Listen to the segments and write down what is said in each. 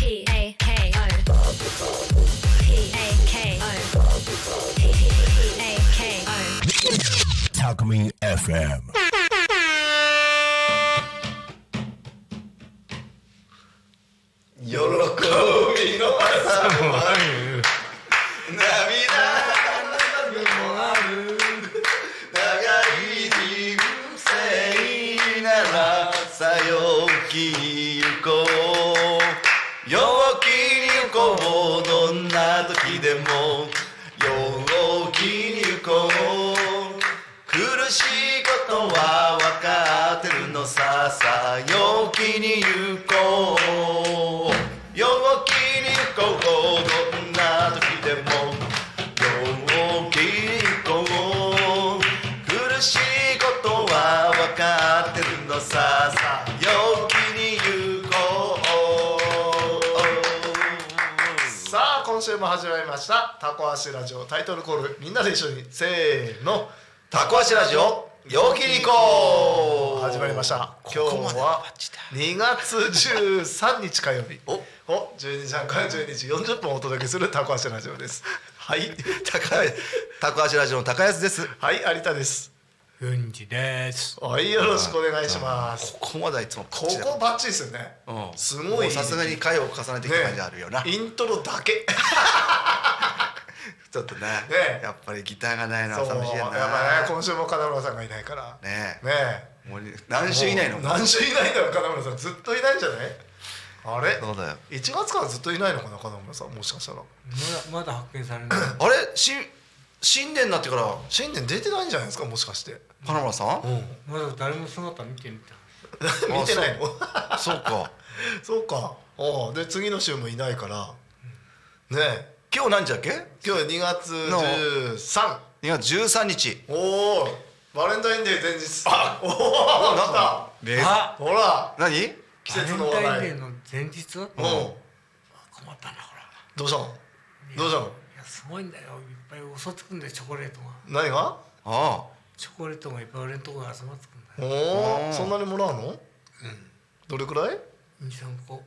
タクミン FM。 喜びの朝もある、涙もある、長い人生ならさよきに行こう、陽気に行こう、どんな時でも陽気に行こう、苦しいことは分かってるのさ、さ陽気に行こう、陽気に行こう、どんな時でも陽気に行こう、苦しいことは分かってるのさ、さ陽気に行こう。さあ今週も始まりましたタコ足ラジオ、タイトルコールみんなで一緒にせーの、タコ足ラジオ陽気に行こう始まりました。今日は2月13日火曜日を12時半から12時40分お届けするタコ足ラジオです。はい、タコ足ラジオの高安です。はい、有田です。 うんじです。 はい、よろしくお願いします。 ここまではいつもここバッチリですよね。すごい。 さすがに回を重ねてきた感じあるよな。 イントロだけちょっとね、やっぱりギターがないのは寂しいな。 やっぱね、今週も金村さんがいないからね。もう何週いないの？何週いないんだろう、金村さんずっといないんじゃない？あれ？ そうだよ。 1月からずっといないのかな、金村さん、もしかしたら。 まだ発見されない。 あれ？新年になってから新年出てないんじゃないですか、もしかして。 金村さん？ まだ誰も姿見てみた。 見てないの？ そうか。 そうか。で次の週もいないからね。 今日何時だっけ？ 今日は2月13。 2月13日。 おお、バレンタインデー前日。おお、なんだ。ほら。 何？ 季節の話題。 バレンタインデーの前日？困ったな、ほら。 どうしたの？どうしたの？ いや、すごいんだよ。いっぱい嘘つくんだよ、チョコレートが。 何が？ チョコレートがいっぱい俺のところに集まってくんだよ。 おお、そんなにもらうの？どれくらい ？2、3個。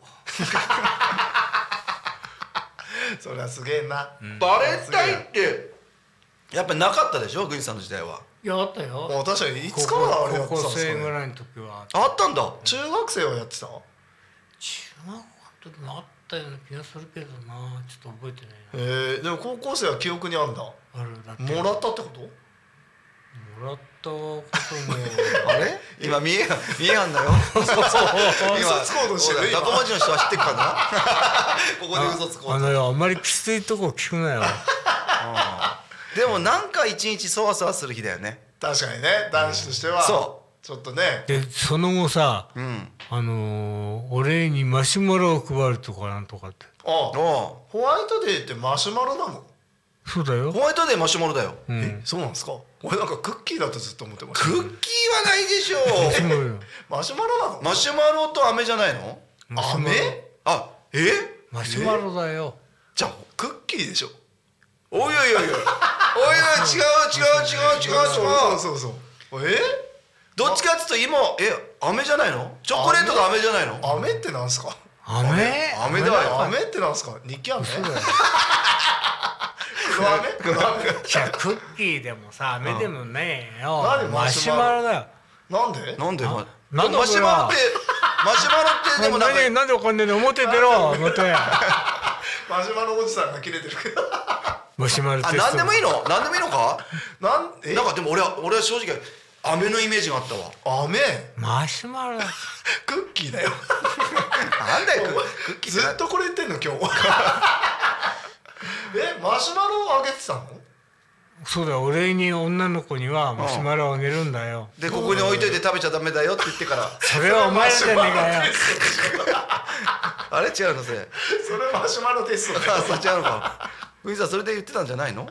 そりゃすげえな。 バレンタインってやっぱりなかったでしょ、グイさんの時代は。 いや、あったよ。 確かにいつからあれやってたんですかね。 高校生ぐらいの時はあったんだ。 中学生はやってた？ 中学校の時もあったような気がするけどな、ちょっと覚えてないな。 でも高校生は記憶にあんだ。 ある。だってもらったってこと？ もらったこともあれ？今見えやんだよ。 嘘つこうとしてる。 タコ町の人は知ってるかな？ここで嘘つこう。 あんまりきついとこ聞くなよ。 でもなんか一日そわそわする日だよね。 確かにね、男子としてはちょっとね。 でその後さ、お礼にマシュマロを配るとかなんとかって。 ホワイトデーってマシュマロなの？ そうだよ。 ホワイトデーマシュマロだよ。 そうなんですか？俺なんかクッキーだとずっと思ってました。 クッキーはないでしょ。 マシュマロなの？ マシュマロと飴じゃないの？ 飴？ マシュマロだよ。 じゃあクッキーでしょ。 おいおいおいおいおいおい、違う。 そうどっちかっていうと今飴じゃないの？チョコレートが飴じゃないの？ 飴ってなんすか？ 飴だよ。飴ってなんすか？日記飴？黒飴？ じゃあクッキーでもさ、飴でもねえよ。 マシュマロだよ。 なんでマシュマロってでもなんでわかんねえの？表出ろ。表。 マシュマロおじさんが切れてるけど。 マシュマロテスト。 何でもいいの？何でもいいのか？ なんかでも俺は正直飴のイメージがあったわ。 飴？ マシュマロクッキーだよ。 なんだよクッキー。 ずっとこれ言ってんの今日。マシュマロをあげてたの？ そうだよ、お礼に女の子にはマシュマロをあげるんだよ。 でここに置いといて食べちゃダメだよって言ってから。 それはお前らじゃねえかよ。 あれ違うのそれ。 それマシュマロテストだよ。 そう違うのか。ウィザーそれで言ってたんじゃないの？ で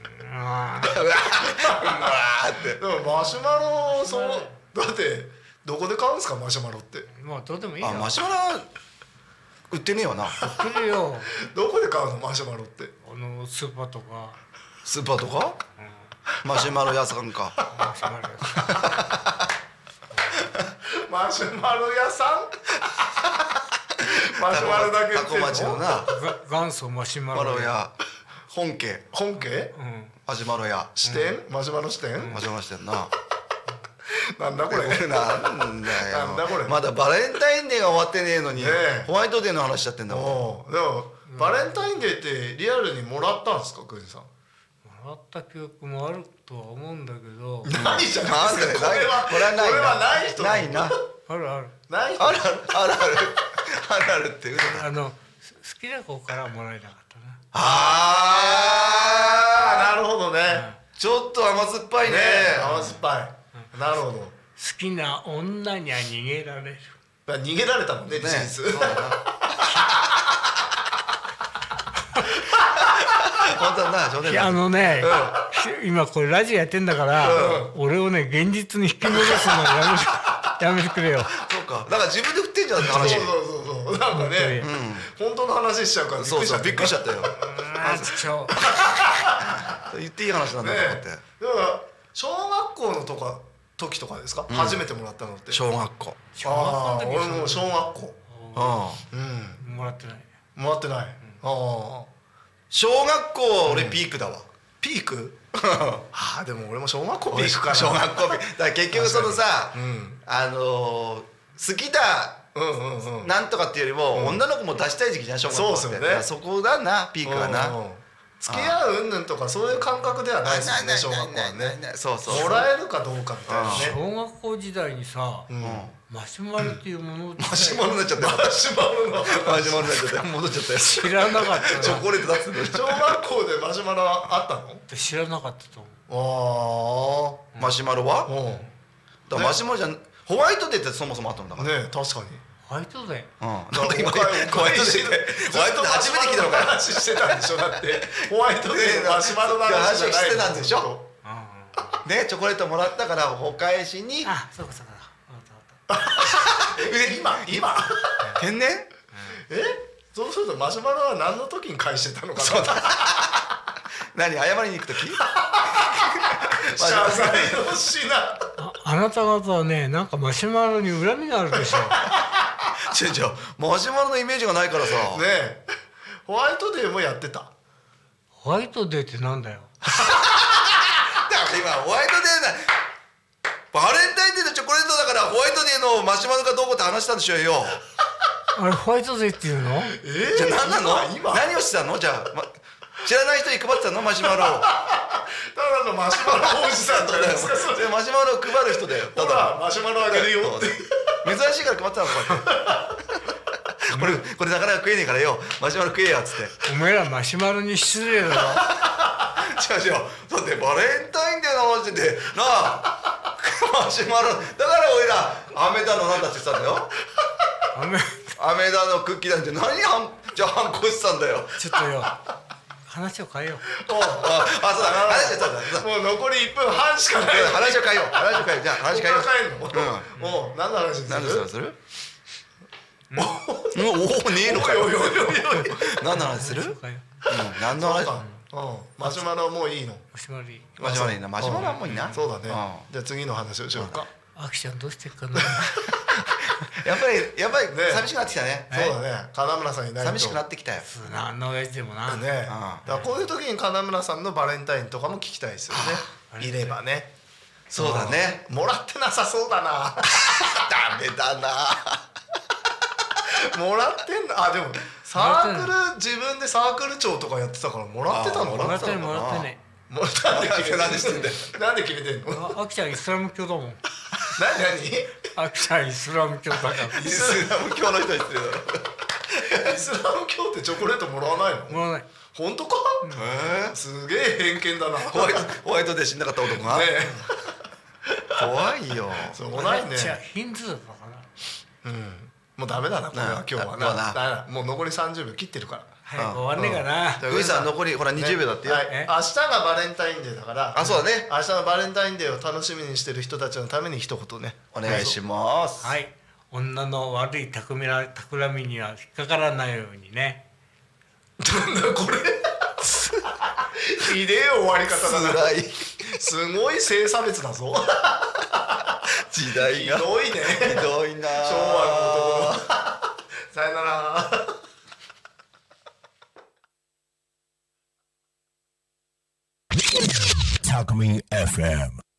もマシュマロだってどこで買うんですか、マシュマロって。 まあどうでもいいよ。 マシュマロ売ってねえわな。 売ってるよ。 どこで買うのマシュマロって？ スーパーとか。 スーパーとか？マシュマロ屋さんか。 マシュマロ屋さん。 マシュマロ屋さん？ マシュマロだけ売ってんの。 タコ町のな元祖マシュマロマロ屋本家本家マシュマロ屋支店、マシュマロ支店、 マシュマロしてんな。 なんだこれ。 なんだよ。 なんだこれまだバレンタインデーが終わってねえのに、 ねえホワイトデーの話しちゃってんだもん。 おうでもバレンタインデーってリアルにもらったんですか、クイズさん。 もらった記憶もあるとは思うんだけど、 ないじゃないですか。これはこれはないな。 これはない人ないな。 あるある。 ない人。 あるあるあるあるあるって嘘だ。 好きな子からもらえなかったな。 ああ、なるほどね。 ちょっと甘酸っぱいね。 ね、甘酸っぱい。なるほど。 好きな女には逃げられる。 だから逃げられたもんね、事実。 そうだな。本当だな、冗談だ。 今これラジオやってんだから、俺をね現実に引き戻すのやめてくれよ。 そうか。だから自分で振ってんじゃんって話。 そうなんかね、本当の話しちゃうからそうそう、びっくりしちゃったよ。言っていい話なんだと思って。 だから小学校の時とかですか、初めてもらったのって。 小学校。 ああ、俺も小学校。 もらってない。 もらってない。ああ。 小学校俺ピークだわ。 ピーク？ああ、でも俺も小学校ピークかな。 小学校ピーク。だから結局そのさ、好きだなんとかっていうよりも女の子も出したい時期じゃん、小学校って。 そうですよね。 そこだな、ピークはな。 付き合う云々とかそういう感覚ではないですよね、小学校はね。 そうそう。 もらえるかどうかみたいなね。 小学校時代にさ、マシュマロっていうものをマシュマロになっちゃったよ。 マシュマロのマシュマロになっちゃったよ。戻っちゃったよ。 知らなかったチョコレート出すの。 小学校でマシュマロあったの？ 知らなかったと思う。 あマシュマロは？ あ。 だからマシュマロじゃん、ホワイトデーってそもそもあったんだから。 ね、確かに。 ホワイトデー。 なんか今ホワイトデーってホワイトデー初めて聞いたのかよ。 話してたんでしょ、だってホワイトデーのマシュマロの話じゃないしてたんでしょ。ね、チョコレートもらったからお返しに。 あ、そうかそうか。 今天然？ そうするとマシュマロは何の時に返してたのかな。 そうだ。何、謝りに行く時？ 謝罪をしな。 あなた方はね、なんかマシュマロに恨みがあるでしょ。 マシュマロのイメージがないからさ。 ねえ、ホワイトデーもやってた。 ホワイトデーってなんだよ。 だから今ホワイトデーバレンタインデーのチョコレートだからホワイトデーのマシュマロかどうかって話したんでしょうよ。 あれホワイトデーっていうの？ じゃあ何なの？ 今何をしてたの？じゃあ、知らない人に配ってたのマシュマロを。 ただのマシュマロおじさんじゃないですか。それマシュマロを配る人だよ。 ほらマシュマロあげるよって珍しいから配ってたのこうやってこれなかなか食えねえからよ、マシュマロ食えやっつって。 お前らマシュマロに失礼だろ。 違う違う、だってバレンタインデーの話でなあマシュマロだから俺ら飴だのなんだって言ってたんだよ。飴だのクッキーだって何じゃあ反抗してたんだよ。 ちょっとよ、話を変えよう。 そうだ、話してたんだ。 もう残り1分半しかない。 話を変えよう。じゃあ話変えよう。 もう何の話する？ 何の話する？おお、ねえのかよ。何の話する？何の話？ マシュマロもういいの？ マシュマロいい。 マシュマロいいな。マシュマロはもういいな。 そうだね。じゃあ次の話をしようか。 アキちゃんどうしてっかな。 やっぱり寂しくなってきたね。 そうだね。金村さんいないと寂しくなってきたよ。 何の親父でもな。 ね。だからこういう時に金村さんのバレンタインとかも聞きたいですよね。いればね。 そうだね。 もらってなさそうだな。 ダメだな。 もらってんの？あ、でもサークル自分でサークル長とかやってたからもらってたのかな。 もらってね。 なんでしてんだよ。 なんで決めてんの？ アキちゃんイスラム教だもん。 何？ アキちゃんイスラム教だから。 イスラム教の人言ってるだろ。 イスラム教ってチョコレートもらわないの？ もらわない。 本当か？すげえ偏見だな。 ホワイトで死んなかった男が。 ね。 怖いよ。 そうないね。 じゃあヒンズーだから。 もうダメだなこれは今日はな。もう残り30秒切ってるから。 早く終わんねえかな。 グイさん残りほら20秒だってよ。 明日がバレンタインデーだから。 あ、そうだね。 明日のバレンタインデーを楽しみにしてる人たちのために一言ね。 お願いします。 はい。女の悪い企みには引っかからないようにね。 なんだこれ。ひでえ終わり方だな。 辛い。 すごい性差別だぞ。 時代がひどいね。 ひどいな。 昭和の男の。さよなら。 Talk Me FM